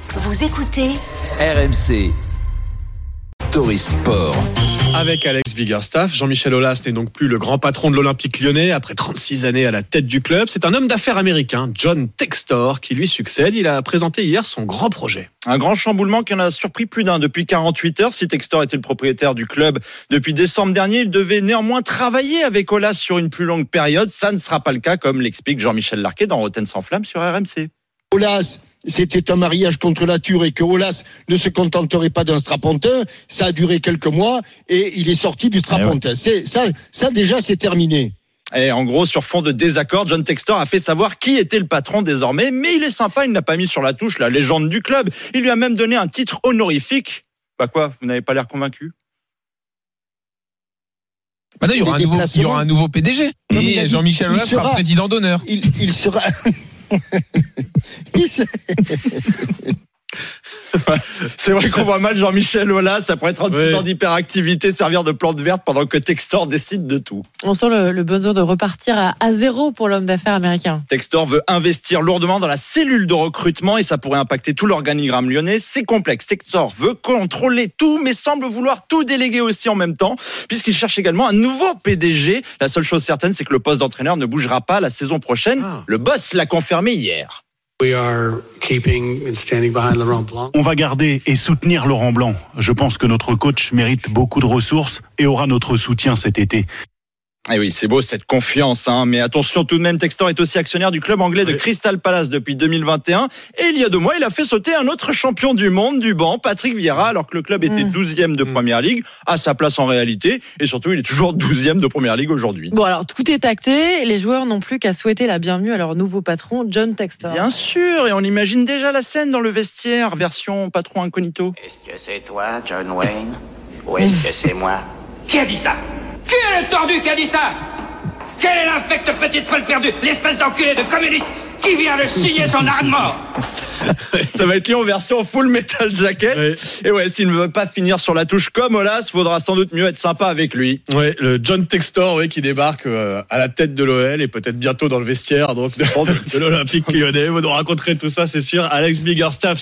Vous écoutez RMC Story Sport. Avec Alex Biggerstaff, Jean-Michel Aulas n'est donc plus le grand patron de l'Olympique Lyonnais après 36 années à la tête du club. C'est un homme d'affaires américain, John Textor, qui lui succède. Il a présenté hier son grand projet. Un grand chamboulement qui en a surpris plus d'un depuis 48 heures. Si Textor était le propriétaire du club depuis décembre dernier, il devait néanmoins travailler avec Aulas sur une plus longue période. Ça ne sera pas le cas, comme l'explique Jean-Michel Larquet dans Rotten sans flamme sur RMC. Aulas, c'était un mariage contre nature et que Aulas ne se contenterait pas d'un strapontin. Ça a duré quelques mois et il est sorti du strapontin. Ça déjà, c'est terminé. Et en gros, sur fond de désaccord, John Textor a fait savoir qui était le patron désormais, mais il est sympa, il n'a pas mis sur la touche la légende du club. Il lui a même donné un titre honorifique. Bah quoi, vous n'avez pas l'air convaincu ? Maintenant, il y aura un nouveau PDG. Non, et Jean-Michel Aulas sera président d'honneur. Il sera... C'est vrai qu'on voit mal Jean-Michel Aulas, après 36 ans d'hyperactivité, servir de plante verte pendant que Textor décide de tout. On sent le besoin de repartir à zéro pour l'homme d'affaires américain. Textor veut investir lourdement dans la cellule de recrutement et ça pourrait impacter tout l'organigramme lyonnais. C'est complexe. Textor veut contrôler tout, mais semble vouloir tout déléguer aussi en même temps, puisqu'il cherche également un nouveau PDG. La seule chose certaine, c'est que le poste d'entraîneur ne bougera pas la saison prochaine. Le boss l'a confirmé hier. On va garder et soutenir Laurent Blanc. Je pense que notre coach mérite beaucoup de ressources et aura notre soutien cet été. Eh oui, c'est beau cette confiance, mais attention tout de même, Textor est aussi actionnaire du club anglais de Crystal Palace depuis 2021 et il y a 2 mois, il a fait sauter un autre champion du monde du banc, Patrick Vieira, alors que le club était 12e de Première Ligue, à sa place en réalité, et surtout il est toujours 12e de Première Ligue aujourd'hui. Bon alors tout est acté, les joueurs n'ont plus qu'à souhaiter la bienvenue à leur nouveau patron, John Textor. Bien sûr, et on imagine déjà la scène dans le vestiaire, version patron incognito. Est-ce que c'est toi, John Wayne, ou est-ce que c'est moi ? Qui a dit ça ? Qui est le tordu qui a dit ça ? Quelle est l'infecte petite folle perdue, l'espèce d'enculé de communiste qui vient de signer son arrêt de mort ? Ça va être lui en version full metal jacket. Et s'il ne veut pas finir sur la touche comme Aulas, faudra sans doute mieux être sympa avec lui. Le John Textor, qui débarque à la tête de l'OL et peut-être bientôt dans le vestiaire donc de l'Olympique Lyonnais. Vous nous raconterez tout ça, c'est sûr. Alex Biggerstaff.